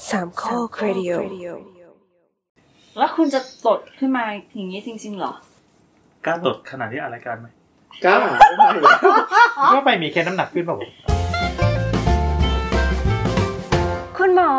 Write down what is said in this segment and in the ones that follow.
สามข้อครดิโอแล้วคุณจะตดขึ้นมาอย่างนี้จริงๆเหรอกล้าตดขนาดที่อะไรายการไหมกล้าก็ไปมีแค่น้ำหนักขึ้นเปล่าคุณหมอ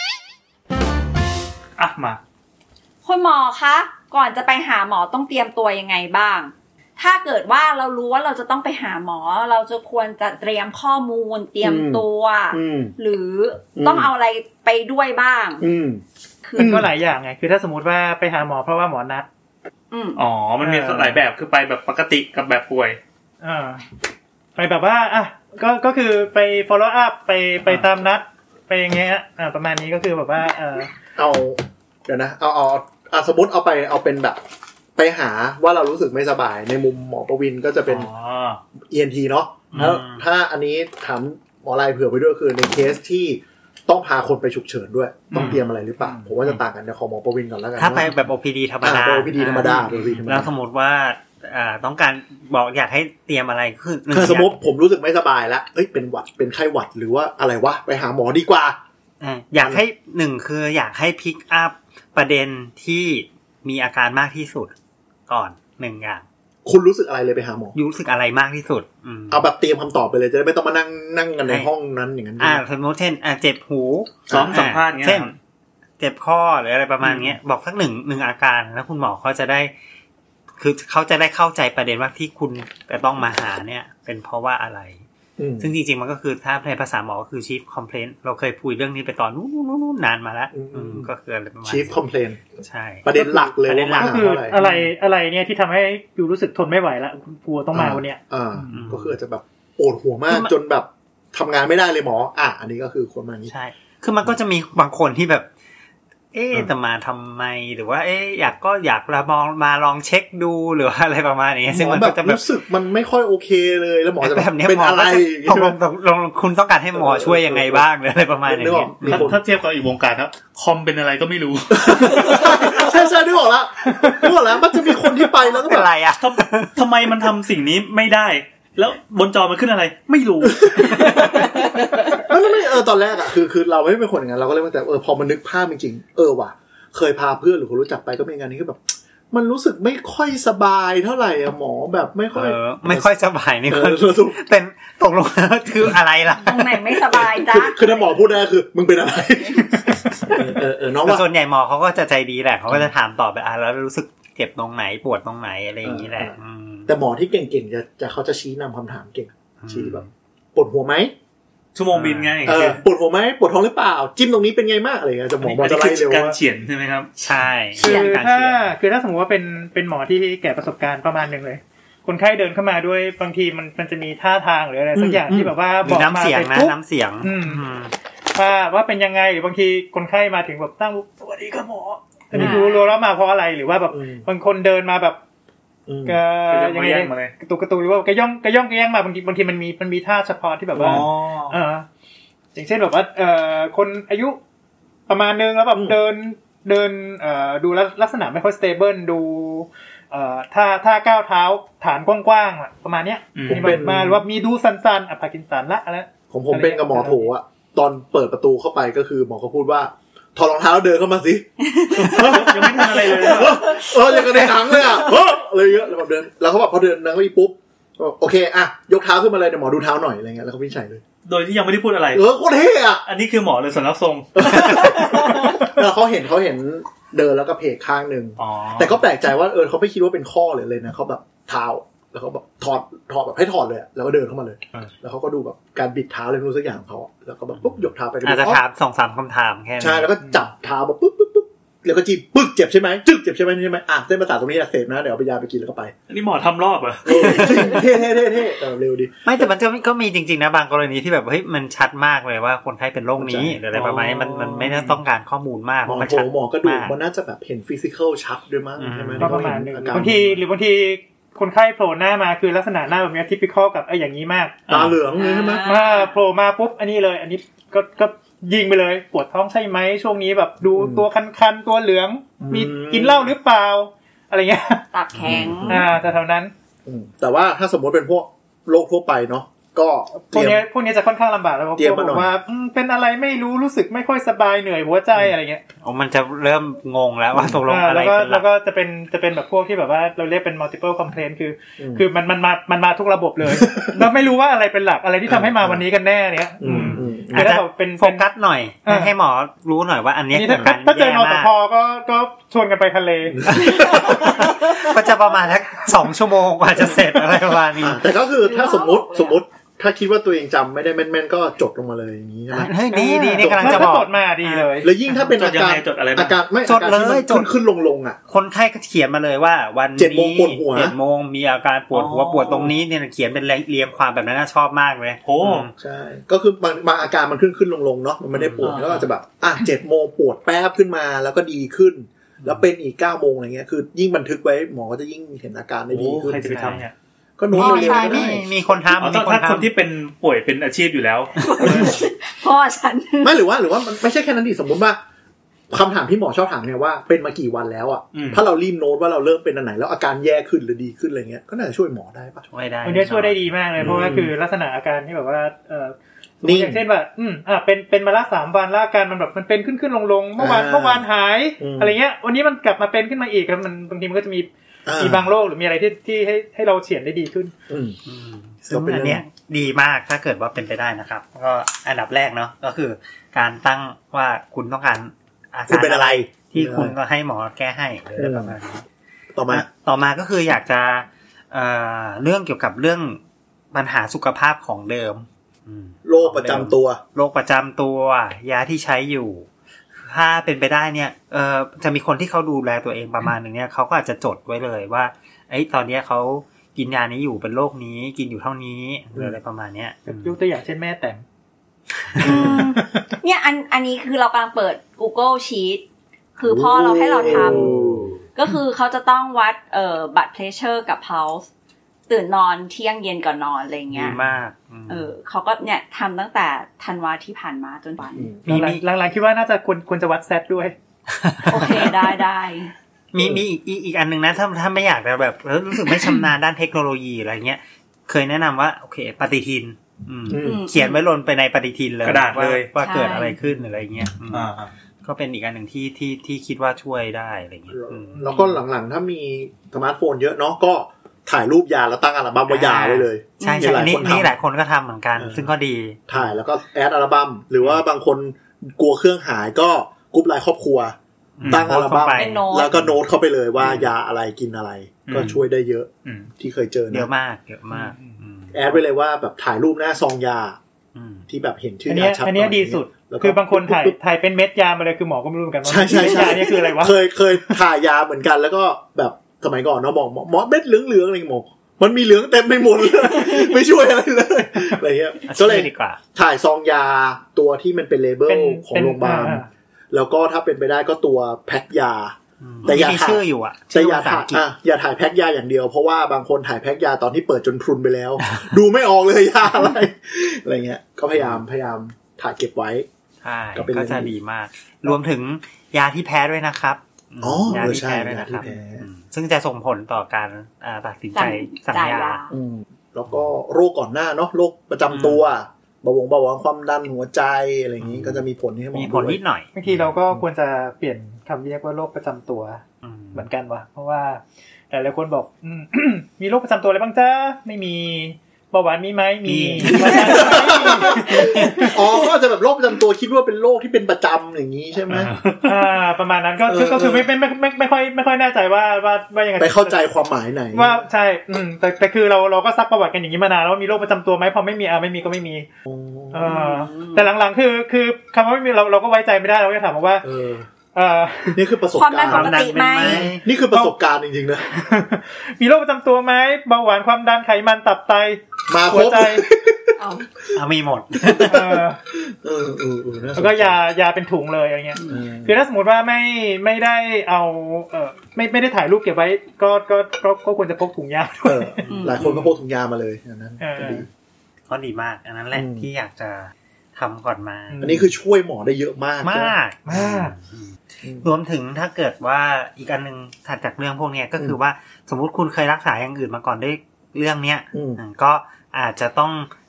มาคุณหมอคะก่อนจะไปหาหมอต้องเตรียมตัวยังไงบ้างถ้าเกิดว่าเรารู้ว่าเราจะต้องไปหาหมอเราจะควรจะเตรียมข้อมูลเตรียมตัวหรือต้องเอาอะไรไปด้วยบ้างคือก็หลายอย่างไงคือถ้าสมมติว่าไปหาหมอเพราะว่าหมอนัดมันมีหลายแบบคือไปแบบปกติกับแบบป่วยไปแบบว่าก็คือไป follow up ไปตามนัดไปอย่างเงี้ยประมาณนี้ก็คือแบบว่าเอาเดี๋ยวนะเอาสมมติเอาเป็นแบบไปหาว่าเรารู้สึกไม่สบายในมุมหมอประวินก็จะเป็น ENT เนาะแล้วถ้าอันนี้ถามหมอไลเผื่อไปด้วยคือในเคสที่ต้องพาคนไปฉุกเฉินด้วยต้องเตรียมอะไรหรือเปล่าผมว่าจะต่างกันในของหมอประวินก่อนแล้วกันถ้าไปแบบ OPD ธรรมดา OPD ธรรมดาแล้วสมมติว่าต้องการบอกอยากให้เตรียมอะไรคือสมมติผมรู้สึกไม่สบายแล้วเป็นหวัดเป็นไข้หวัดหรือว่าอะไรวะไปหาหมอดีกว่าอยากให้คืออยากให้พิกอัพประเด็นที่มีอาการมากที่สุดก่อน1อย่างคุณรู้สึกอะไรเลยไปหาหมอรู้สึกอะไรมากที่สุดเอาแบบเตรียมคำตอบไปเลยจะได้ไม่ต้องมานั่งกันในห้องนั้นอย่างนั้นสมมติเช่นเจ็บหูซ้อมสัมภาษณ์เงี้ยเช่นเจ็บคอหรืออะไรประมาณนี้บอกสักหนึ่งอาการแล้วคุณหมอเขาจะได้คือเขาจะได้เข้าใจประเด็นว่าที่คุณจะต้องมาหาเนี่ยเป็นเพราะว่าอะไรซึ่งจริงๆมันก็คือถ้าในภาษาหมอก็คือ chief complaint เราเคยพูดเรื่องนี้ไปตอนนู้นนานมาแล้วก็คืออะไรประมาณ chief complaint ใช่ประเด็นหลักเลยก็คืออะไรเนี่ยที่ทำให้อยู่รู้สึกทนไม่ไหวแล้วกลัวต้องมาวันเนี้ยก็คืออาจจะแบบปวดหัวมากจนแบบทำงานไม่ได้เลยหมออันนี้ก็คือคนมานี้ใช่คือมันก็จะมีบางคนที่แบบจะมาทำไมหรือว่าอยากมาลองเช็คดูหรืออะไรประมาณนี้ซึ่งมันก็จะแบบรู้สึกมันไม่ค่อยโอเคเลยแล้วหมอจะแบบเป็นอะไรลองคุณต้องการให้หมอช่วยยังไงบ้างหรืออะไรประมาณนี้ถ้าเทียบกับอีกวงการครับคอมเป็นอะไรก็ไม่รู้ใช่ๆนึกออกแล้วมันจะมีคนที่ไปแล้วก็แบบอะไรทำไมมันทำสิ่งนี้ไม่ได้แล้วบนจอมันขึ้นอะไรไม่รู้ไม่ตอนแรกคือเราไม่เป็นคนอย่างนั้นเราก็เลยว่าแต่พอมันนึกภาพจริงๆว่ะเคยพาเพื่อนหรือคนรู้จักไปก็เป็นงานนี้คือแบบมันรู้สึกไม่ค่อยสบายเท่าไหร่หมอแบบไม่ค่อยสบายนี่เป็นตกลงแล้วคืออะไรล่ะตรงไหนไม่สบายจ๊ะคือถ้าหมอพูดได้คือมึงเป็นอะไรน้องว่าส่วนใหญ่หมอเขาก็จะใจดีแหละเขาก็จะถามตอบไปแล้วรู้สึกเจ็บตรงไหนปวดตรงไหนอะไรอย่างนี้แหละแต่หมอที่เก่งๆจะเขาจะชี้นำคำถามเก่งชี้แบบปวดหัวไหมชั่วโมงบินไงปวดหัวไหมปวดท้องหรือเปล่าจิ้มตรงนี้เป็นไงมากอะไรเงี้ยจะหมอจะไล่เร็วการเฉียนใช่ไหมครับใช่คือถ้าสมมติว่าเป็นหมอที่แก่ประสบการณ์ประมาณนึงเลยคนไข้เดินเข้ามาด้วยบางทีมันจะมีท่าทางหรืออะไรสักอย่างที่แบบว่าบอกมาเป็นน้ำเสียงว่าเป็นยังไงหรือบางทีคนไข้มาถึงแบบตั้งสวัสดีครับหมออันนี้รู้แล้วมาเพราะอะไรหรือว่าแบบบางคนเดินมาแบบก็ยังไงกระตุกหรือว่ากระย่องมาบางทีมันมีท่าเฉพาะที่แบบว่าอย่างเช่นแบบว่าคนอายุประมาณนึงแล้วแบบเดินดูลักษณะไม่ค่อยสเตเบิลดูถ้าก้าวเท้าฐานกว้างๆประมาณเนี้ยมีมาหรือว่ามีดูสั้นๆพาร์กินสันละอะไรผมเป็นกับหมอโถตอนเปิดประตูเข้าไปก็คือหมอเขาพูดว่าถอดรองเท้าแล้วเดินเข้ามาสิยังไม่ทันอะไรเลยยังกันในหนังเลยอะไรเงี้ยแล้วแบบเดินแล้วเขาบอกพอเดินนั่งก็อีปุ๊บโอเคยกเท้าขึ้นมาเลยเดี๋ยวหมอดูเท้าหน่อยอะไรเงี้ยแล้วเขาวินิจฉัยเลยโดยที่ยังไม่ได้พูดอะไรโคตรเท่อันนี้คือหมอเลยสำนักทรงแล้วเขาเห็นเดินแล้วก็เพกข้างนึงแต่ก็แปลกใจว่าเขาไม่คิดว่าเป็นข้อเลยนะเขาแบบเท้าแล้วเขาแบบถอดแบบให้ถอดเลยแล้วก็เดินเข้ามาเลยแล้วเขาก็ดูแบบการบิดเท้าอะไรไม่รู้สักอย่างของเขาแล้วก็แบบปุ๊บยกเท้าไปอาจจะถาม 2-3 คำถามแค่ใช่แล้วก็จับเท้าแบบปุ๊บแล้วก็จีบปึ๊กเจ็บใช่ไหมจึ๊กเจ็บใช่ไหมเส้นประสาทตรงนี้อักเสบนะเดี๋ยวเอาไปยาไปกินแล้วก็ไปอันนี้หมอทำรอบเท่เร็วดีไม่แต่มันก็มีจริงๆนะบางกรณีที่แบบเฮ้ยมันชัดมากเลยว่าคนไข้เป็นโรคนี้หรืออะไรประมาณนี้มันไม่ได้ต้องการข้อมูลมากมันชัดหมอก็ดูมันน่าจะแบบเห็นฟิสิคอลชัดด้วยมั้งใช่ไหมประมาณนึงบางทีคนไข้โผล่หน้ามาคือลักษณะหน้าแบบนี้ทิปิคอลกับอย่างนี้มากตาเหลืองเลยใช่ไหมโผล่มาปุ๊บอันนี้เลยอันนี้ก็ยิงไปเลยปวดท้องใช่ไหมช่วงนี้แบบดูตัวคันๆตัวเหลืองมีกินเหล้าหรือเปล่าอะไรเงี้ยตับแข็งแต่เท่านั้นแต่ว่าถ้าสมมติเป็นพวกโรคทั่วไปเนาะก็พวกนี้จะค่อนข้างลำบากแล้วเพราะบอกว่าเป็นอะไรไม่รู้สึกไม่ค่อยสบายเหนื่อยหัวใจอะไรเงี้ยมันจะเริ่มงงแล้วว่าตกลงอะไรเป็นแล้วก็จะเป็นแบบพวกที่แบบว่าเราเรียกเป็น multiple complaint คือมันมาทุกระบบเลยเราไม่รู้ว่าอะไรเป็นหลักอะไรที่ทำให้มาวันนี้กันแน่เนี้ยอาจจะเป็นโฟกัสหน่อยให้หมอรู้หน่อยว่าอันนี้ถ้าเจอนสพก็ชวนกันไปทะเลก็จะประมาณสัก2 ชั่วโมงกว่าจะเสร็จอะไรประมาณนี้แต่ก็คือถ้าสมมติถ้าคิดว่าตัวเองจำไม่ได้แม่นๆก็จดลงมาเลยอย่างนี้ใช่ไหมเฮ้ยดีนี่กำลังจะบอกจดมาดีเลยแล้วยิ่งถ้าเป็นอาการไม่จดเลยขึ้นลงอ่ะคนไข้ก็เขียนมาเลยว่าวันนี้7 โมงมีอาการปวดหัวปวดตรงนี้เนี่ยเขียนเป็นเรียงความแบบนั้นชอบมากเลยโอ้ใช่ก็คือบางอาการมันขึ้นลงเนาะมันไม่ได้ปวดแล้วอาจจะแบบ7 โมงปวดแป๊บขึ้นมาแล้วก็ดีขึ้นแล้วเป็นอีก9 โมงอะไรเงี้ยคือยิ่งบันทึกไว้หมอก็จะยิ่งเห็นอาการได้ดีขึ้นใครจะไปทำเนี่ยก็โน้ตเร็วๆได้มีคนทำถ้าคนที่เป็นป่วยเป็นอาชีพอยู่แล้วพ่อฉันไม่หรือว่ามันไม่ใช่แค่นั้นดิสมมติว่าคำถามที่หมอชอบถามเนี่ยว่าเป็นมากี่วันแล้วอ่ะถ้าเรารีบโน้ตว่าเราเริ่มเป็นอันไหนแล้วอาการแย่ขึ้นหรือดีขึ้นอะไรเงี้ยก็น่าจะช่วยหมอได้ปะช่วยได้มันจะช่วยได้ดีมากเลยเพราะว่าคือลักษณะอาการที่แบบว่าอย่างเช่นแบบเป็นมาละ3 วันแล้วอาการมันแบบมันเป็นขึ้นลงเมื่อวานหายอะไรเงี้ยวันนี้มันกลับมาเป็นขึ้นมาอีกแล้วมันบางทีมันก็จะมีบางโรคหรือมีอะไรที่ให้เราเฉียนได้ดีขึ้นซึ่งอันเนี้ยดีมากถ้าเกิดว่าเป็นไปได้นะครับก็อันดับแรกเนาะก็คือการตั้งว่าคุณต้องการอาการเป็นอะไรที่คุณก็ให้หมอแก้ให้หรือประมาณนี้ต่อมาก็คืออยากจะเรื่องเกี่ยวกับเรื่องปัญหาสุขภาพของเดิมโรคประจำตัวยาที่ใช้อยู่ถ้าเป็นไปได้เนี่ยจะมีคนที่เขาดูแลตัวเองประมาณนึงเนี่ยเขาก็อาจจะจดไว้เลยว่าตอนนี้เขากินยานี้อยู่เป็นโรคนี้กินอยู่เท่านี้หรืออะไรประมาณเนี้ยยกตัวอย่างเช่นแม่แต่งเนี่ยอันนี้คือเรากำลังเปิด Google Sheet คือพ่อเราให้เราทำก็คือเขาจะต้องวัดblood pressure กับ pulse ตื่นนอนเที่ยงเย็นก่อนนอนอะไรเงี้ยดีมากเขาก็เนี่ยทำตั้งแต่ธันวาที่ผ่านมาจนวันหลังๆคิดว่าน่าจะควรจะวัดแซดด้วยโอเคได้มีอีกอันนึงนะถ้าไม่อยากแบบรู้สึกไม่ชำนาญด้านเทคโนโลยีอะไรเงี้ยเคยแนะนำว่าโอเคปฏิทินเขียนไว้ลงไปในปฏิทินเลยว่าเกิดอะไรขึ้นอะไรเงี้ยก็เป็นอีกอันหนึ่งที่คิดว่าช่วยได้อะไรเงี้ยแล้วก็หลังๆถ้ามีสมาร์ทโฟนเยอะเนาะก็ถ่ายรูปยาแล้วตั้งอัลบั้มว่ายาไว้เลยใช่ๆนี่หลายคนก็ทำเหมือนกันซึ่งก็ดีถ่ายแล้วก็แอดอัลบั้มหรือว่าบางคนกลัวเครื่องหายก็กรุ๊ปไลน์ครอบครัวตั้งอัลบั้มแล้วก็โน้ตเข้าไปเลยว่ายาอะไรกินอะไรก็ช่วยได้เยอะที่เคยเจอเยอะมากแอดไว้เลยว่าแบบถ่ายรูปหน้าซองยาที่แบบเห็นชื่อยาชัดอันนี้ดีสุดคือบางคนถ่ายเป็นเม็ดยามาเลยคือหมอก็ไม่รู้เหมือนกันว่าใช่ๆๆนี่คืออะไรวะเคยถ่ายยาเหมือนกันแล้วก็แบบสมัยก่อนเนาะหมอเม็ดเหลืองๆอะไรหมอมันมีเหลืองเต็มไปหมดเลยไม่ช่วยอะไรเลยอะไรเงี้ยก็เลยถ่ายซองยาตัวที่มันเป็นเลเบลของโรงพยาบาลแล้วก็ถ้าเป็นไปได้ก็ตัวแพ็คยาแต่อย่าถ่ายชื่ออยู่แต่อย่าถ่ายแพ็คยาอย่างเดียวเพราะว่าบางคนถ่ายแพ็คยาตอนที่เปิดจนพรุนไปแล้วดูไม่ออกเลยยาอะไรเงี้ยก็พยายามถ่ายเก็บไว้ใช่ก็จะดีมากรวมถึงยาที่แพ้ด้วยนะครับยาที่แพ้ด้วยนะครับซึ่งจะส่งผลต่อการตัดสินใจสั่งยาแล้วก็โรคก่อนหน้าเนาะโรคประจำตัวเบาหวานความดันหัวใจอะไรอย่างนี้ก็จะมีผลให้หมอมีผลนิดหน่อยบางทีเราก็ควรจะเปลี่ยนคำเรียกว่าโรคประจำตัวเหมือนกันวะเพราะว่าหลายคนบอกมีโรคประจำตัวอะไรบ้างจ๊ะไม่มีเบาหวานมีไหมมีอ๋อก็จะแบบโรคประจำตัวคิดว่าเป็นโรคที่เป็นประจำอย่างนี้ใช่ไหมประมาณนั้นก็คือไม่ค่อยแน่ใจว่ายังไงไปเข้าใจความหมายไหนว่าใช่แต่คือเราก็ซักประวัติกันอย่างนี้มานานแล้วมีโรคประจำตัวไหมพอไม่มีก็ไม่มีแต่หลังๆคือคำว่าไม่มีเราก็ไว้ใจไม่ได้เราก็ถามว่านี่คือประสบการณ์ความดันปกติไหมนี่คือประสบการณ์จริงๆนะมีโรคประจำตัวไหมเบาหวานความดันไขมันตับไตมาหัวใจมีหมดแล้วก็ยาเป็นถุงเลยอะไรเงี้ยคือถ้าสมมติว่าไม่ได้เอาไม่ได้ถ่ายรูปเก็บไว้ก็ควรจะพกถุงยาด้วยหลายคนก็พกถุงยามาเลยอันนั้นก็ดีมากอันนั้นแหละที่อยากจะทำก่อนมาอันนี้คือช่วยหมอได้เยอะมากรวมถึงถ้าเกิดว่าอีกอันนึงถัดจากเรื่องพวกนี้ก็คือว่าสมมุติคุณเคยรักษาอย่างอื่นมาก่อนด้วยเรื่องเนี้ยก็อาจจะต้อง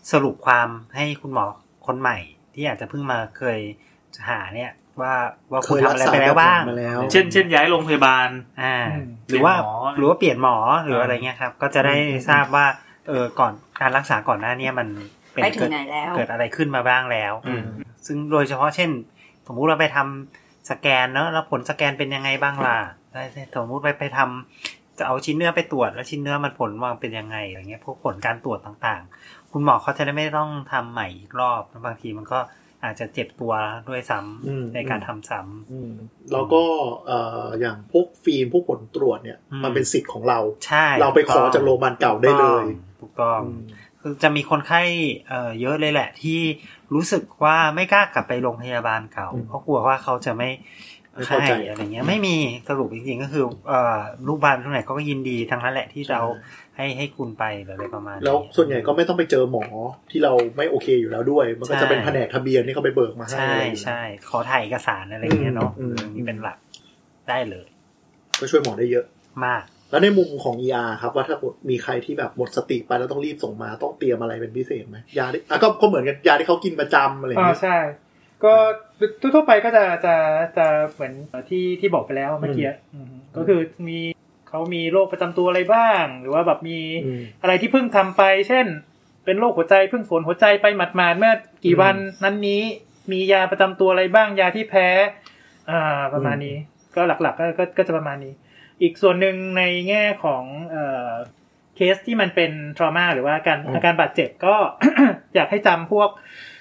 สรุปความให้คุณหมอคนใหม่ที่อาจจะเพิ่งมาเคยหาเนี่ยว่าคุณทำอะไรไปแล้วบ้างเช่นย้ายโรงพยาบาลหรือว่าเปลี่ยนหมอหรืออะไรเงี้ยครับก็จะได้ทราบว่าก่อนการรักษาก่อนหน้านี้มันเป็นเกิดอะไรขึ้นมาบ้างแล้วซึ่งโดยเฉพาะเช่นสมมุติเราไปทำสแกนเนอะแล้วผลสแกนเป็นยังไงบ้างล่ะสมมุติไปทำจะเอาชิ้นเนื้อไปตรวจแล้วชิ้นเนื้อมันผลว่าเป็นยังไงอะไรเงี้ยพวกผลการตรวจต่างๆคุณหมอเขาจะได้ไม่ต้องทำใหม่อีกรอบบางทีมันก็อาจจะเจ็บตัวด้วยซ้ำในการทำซ้ำแล้วก็อย่างพวกฟิล์มพวกผลตรวจเนี่ยมันเป็นสิทธิ์ของเราเราไปขอจากโรงพยาบาลเก่าได้เลยถูกต้องคือจะมีคนไข้เยอะเลยแหละที่รู้สึกว่าไม่กล้ากลับไปโรงพยาบาลเก่าเพราะกลัวว่าเขาจะไม่ให้อะไรเงี้ยไม่มีสรุปจริงๆก็คือลูกบ้านทุกไหนก็ยินดีทั้งนั้นแหละที่เราให้คุณไปอะไรประมาณนี้แล้วส่วนใหญ่ก็ไม่ต้องไปเจอหมอที่เราไม่โอเคอยู่แล้วด้วยมันก็จะเป็นแผนกทะเบียนที่เขาไปเบิกมาให้ใช่ขอถ่ายเอกสารอะไรเงี้ยเนาะนี่เป็นหลักได้เลยก็ช่วยหมอได้เยอะมากแล้วในมุมของ ER ครับว่าถ้ามีใครที่แบบหมดสติไปแล้วต้องรีบส่งมาต้องเตรียมอะไรเป็นพิเศษไหมยาก็เหมือนกันยาที่เขากินประจำอะไรอย่างเงี้ยใช่ก็ทั่วไปก็จะเหมือนที่บอกไปแล้วเมื่อกี้ก็คือเขามีโรคประจำตัวอะไรบ้างหรือว่าแบบมีอะไรที่เพิ่งทำไปเช่นเป็นโรคหัวใจเพิ่งฝนหัวใจไปหมาดๆเมื่อกี่วันนั้นนี้มียาประจำตัวอะไรบ้างยาที่แพ้ประมาณนี้ก็หลักๆก็จะประมาณนี้อีกส่วนหนึ่งในแง่ของเคสที่มันเป็นทรมาหรือว่าอาการบาดเจ็บก็ อยากให้จำพวก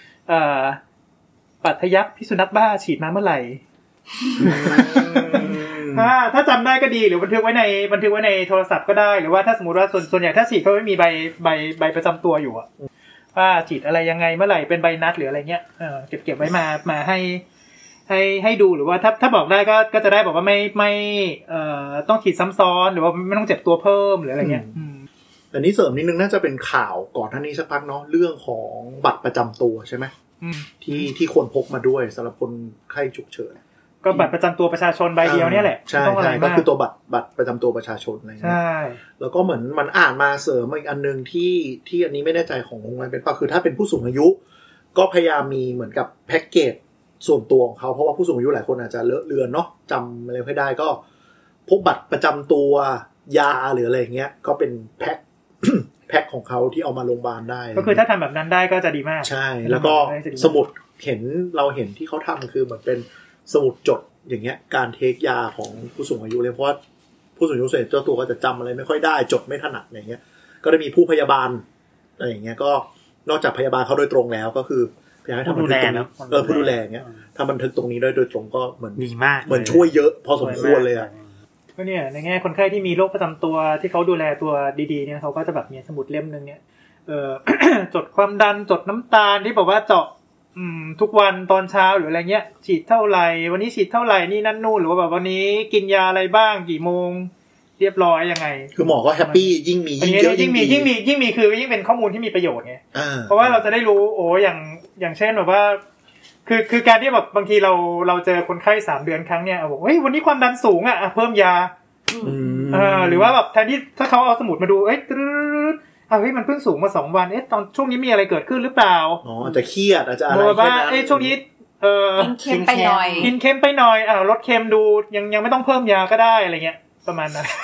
ปัทยักพิษสุนัขบ้าฉีดมาเมื่อไหร่ ถ้าจำได้ก็ดีหรือบันทึกไว้ในโทรศัพท์ก็ได้หรือว่าถ้าสมมติว่าส่วนใหญ่ถ้าฉีดเขาไม่มีใบประจำตัวอยู่อะว่าฉีดอะไรยังไงเมื่อไหร่เป็นใบนัดหรืออะไรเงี้ยเก็บไว้มาให้ดูหรือว่าถ้าบอกได้ก็จะได้บอกว่าไม่ต้องฉีดซ้ำซ้อนหรือว่าไม่ต้องเจ็บตัวเพิ่มหรืออะไรเงี้ยแต่นี้เสริมนิดนึงน่าจะเป็นข่าวก่อนหน้านี้สักพักเนาะเรื่องของบัตรประจำตัวใช่ไหมที่ควรพกมาด้วยสำหรับคนไข้ฉุกเฉินก็บัตรประจำตัวประชาชนใบเดียวเนี่ยแหละใช่ก็คือตัวบัตรประจำตัวประชาชนอะไรเงี้ยแล้วก็เหมือนมันอ่านมาเสริมอีกอันนึงที่อันนี้ไม่แน่ใจของโรงพยาบาลเป็นป่ะคือถ้าเป็นผู้สูงอายุก็พยายามมีเหมือนกับแพ็กเกจส่วนตัวของเขาเพราะว่าผู้สูงอายุหลายคนอาจจะเลอะเลือนเนาะจำอะไรไม่ได้ก็พกบัตรประจำตัวยาหรืออะไรเงี้ยก็เป็นแพ็คของเขาที่เอามาโรงพยาบาลได้ก็คือถ้าทำแบบนั้นได้ก็จะดีมากใช่แล้วก็สมุดเราเห็นที่เขาทำคือเหมือนเป็นสมุดจดอย่างเงี้ยการเทคยาของผู้สูงอายุเลยเพราะว่าผู้สูงอายุส่วนใหญ่เจ้าตัวก็จะจำอะไรไม่ค่อยได้จดไม่ถนัดอะไรเงี้ยก็ได้มีผู้พยาบาลอะไรอย่างเงี้ยก็นอกจากพยาบาลเขาโดยตรงแล้วก็คือพยายามให้ทำบันทึกตรงนี้ผู้ดูแลเงี้ยทำบันทึกตรงนี้โดยตรงก็เหมือนดีมากเหมือนช่วยเยอะพอสมควรเลยอ่ะก็เนี่ยในแง่คนไข้ที่มีโรคประจำตัวที่เขาดูแลตัวดีๆเนี่ยเขาก็จะแบบมีสมุดเล่มนึงเนี่ยจดความดันจดน้ำตาลที่บอกว่าเจาะทุกวันตอนเช้าหรืออะไรเงี้ยฉีดเท่าไหร่วันนี้ฉีดเท่าไหร่นี่นั่นนู่นหรือว่าแบบวันนี้กินยาอะไรบ้างกี่โมงเรียบร้อยยังไงคือหมอก็แฮปปี้ยิ่งมียิ่งเยอะยิ่งมีคือยิ่งเป็นข้อมูลที่มีประโยชน์ไงเพราะว่าเราจะได้รู้โอ้อย่างเช่นแบบว่าคือการที่แบบบางทีเราเจอคนไข้3เดือนครั้งเนี่ยบอกเฮ้ยวันนี้ความดันสูงอ่ะเพิ่มยาหรือว่าแบบแทนที่ถ้าเขาเอาสมุดมาดูเฮ้ยมันเพิ่งสูงมา2วันตอนช่วงนี้มีอะไรเกิดขึ้นหรือเปล่าอาจจะเครียดอาจจะอะไรว่าช่วงนี้กินเค็มไปหน่อยลดเค็มดูยังไม่ต้องเพิ่มยาก็ได้อะไรเงี้ยประมาณนั้น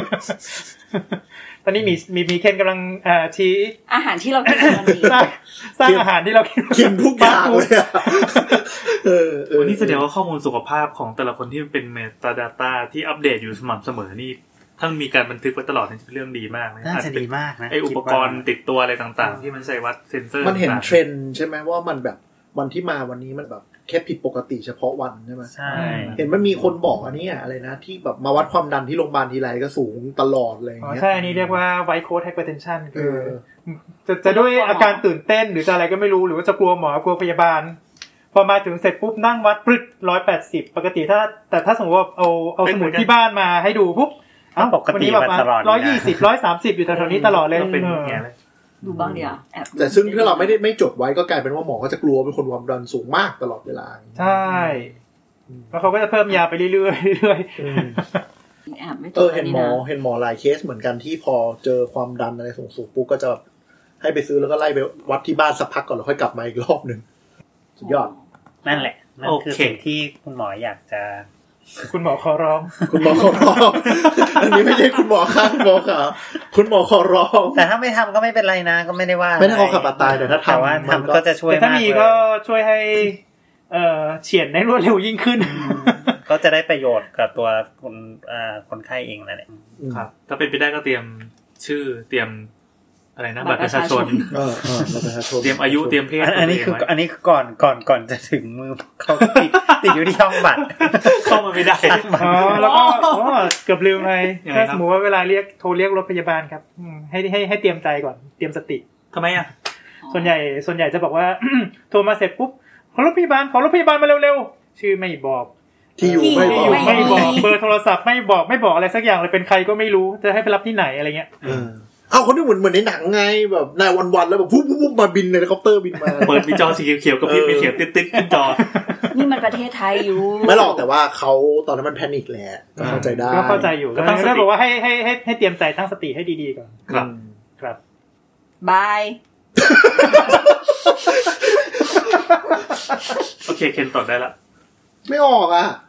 ตอนนี้มีเคนกำลังชี้อาหารที่เรากินวันนี้สร้างอาหารที่เรากินทุกอย่างเลยวันนี้แสดงว่าข้อมูลสุขภาพของแต่ละคนที่เป็นเมตาดาต้าที่อัปเดตอยู่สม่ำเสมอนี่ถ้ามีการบันทึกไว้ตลอดนี่เป็นเรื่องดีมากน่าจะดีมากนะไออุปกรณ์ติดตัวอะไรต่างๆที่มันใส่วัดเซ็นเซอร์มันเห็นเทรนด์ใช่ไหมว่ามันแบบวันที่มาวันนี้มันแบบแค่ผิดปกติเฉพาะวันใช่ไหมใช่เห็นมันมีคนบอกอันนี้อะไรนะที่แบบมาวัดความดันที่โรงพยาบาลทีไรก็สูงตลอดเลยใช่อันนี้เรียกว่า white coat hypertension คือจะด้วยอาการตื่นเต้นหรือจะอะไรก็ไม่รู้หรือว่าจะกลัวหมอกลัวพยาบาลพอมาถึงเสร็จปุ๊บนั่งวัดปรึ๊ด180ปกติแต่ถ้าสมมติว่าเอาสมุดที่บ้านมาให้ดูปุ๊บปกติมาตลอด 120 130อยู่แถวๆนี้ตลอดเลยเป็นอย่างเงี้ยดูบ้างเดียวแต่ซึ่งถ้าเราไม่จดไว้ก็กลายเป็นว่าหมอก็จะกลัวเป็นคนความดันสูงมากตลอดเวลาใช่แล้วเขาก็จะเพิ่มยาไปเรื่อยๆเห็นหมอหลายเคสเหมือนกันที่พอเจอความดันอะไรสูงๆปุ๊บก็จะให้ไปซื้อแล้วก็ไล่ไปวัดที่บ้านสักพักก่อนแล้วค่อยกลับมาอีกรอบนึงสุดยอดนั่นแหละนั่นคือสิ่งที่คุณหมออยากจะคุณหมอขอร้องคุณหมอขอร้องอันนี้ไม่ใช่คุณหมอข้างหมอค่ะคุณหมอขอร้องแต่ถ้าไม่ทำก็ไม่เป็นไรนะก็ไม่ได้ว่าไม่ได้เอาขับตายแต่ถ้าทำมันก็จะช่วยแต่ถ้ามีก็ช่วยให้เฉียดได้รวดเร็วยิ่งขึ้นก็จะได้ประโยชน์กับตัวคนไข้เองนั่นแหละครับถ้าเป็นไปได้ก็เตรียมชื่อเตรียมอะไรนะบัตรประชาชนบัตรประชาชนเตรียมอายุเตรียมเพศอันนี้คือก่อนจะถึงมือเขาติดอยู่ที่ช่องบัตรเข้ามาไม่ได้แล้วก็เกือบลืมไปถ้าสมมติว่าเวลาโทรเรียกรถพยาบาลครับให้เตรียมใจก่อนเตรียมสติทำไมอ่ะส่วนใหญ่จะบอกว่าโทรมาเสร็จปุ๊บขอรถพยาบาลมาเร็วๆชื่อไม่บอกที่อยู่ไม่บอกเบอร์โทรศัพท์ไม่บอกอะไรสักอย่างเลยเป็นใครก็ไม่รู้จะให้ไปรับที่ไหนอะไรเงี้ยเอาคนที่เหมือนในหนังไงแบบนายวันๆแล้วแบบปุ๊บมาบินเฮลิคอปเตอร์บินมาเปิดมีจอสีเขียวๆกับพี่มีเสียงติ๊ดๆขึ้นจอนี่มันประเทศไทยอยู่ไม่หรอกแต่ว่าเขาตอนนั้นมันแพนิคแหละก็เข้าใจได้ก็เข้าใจอยู่ก็ต้องบอกว่าให้เตรียมใจตั้งสติให้ดีๆก่อนครับบายโอเคเคนตอบได้ละไม่ออกอ่ะ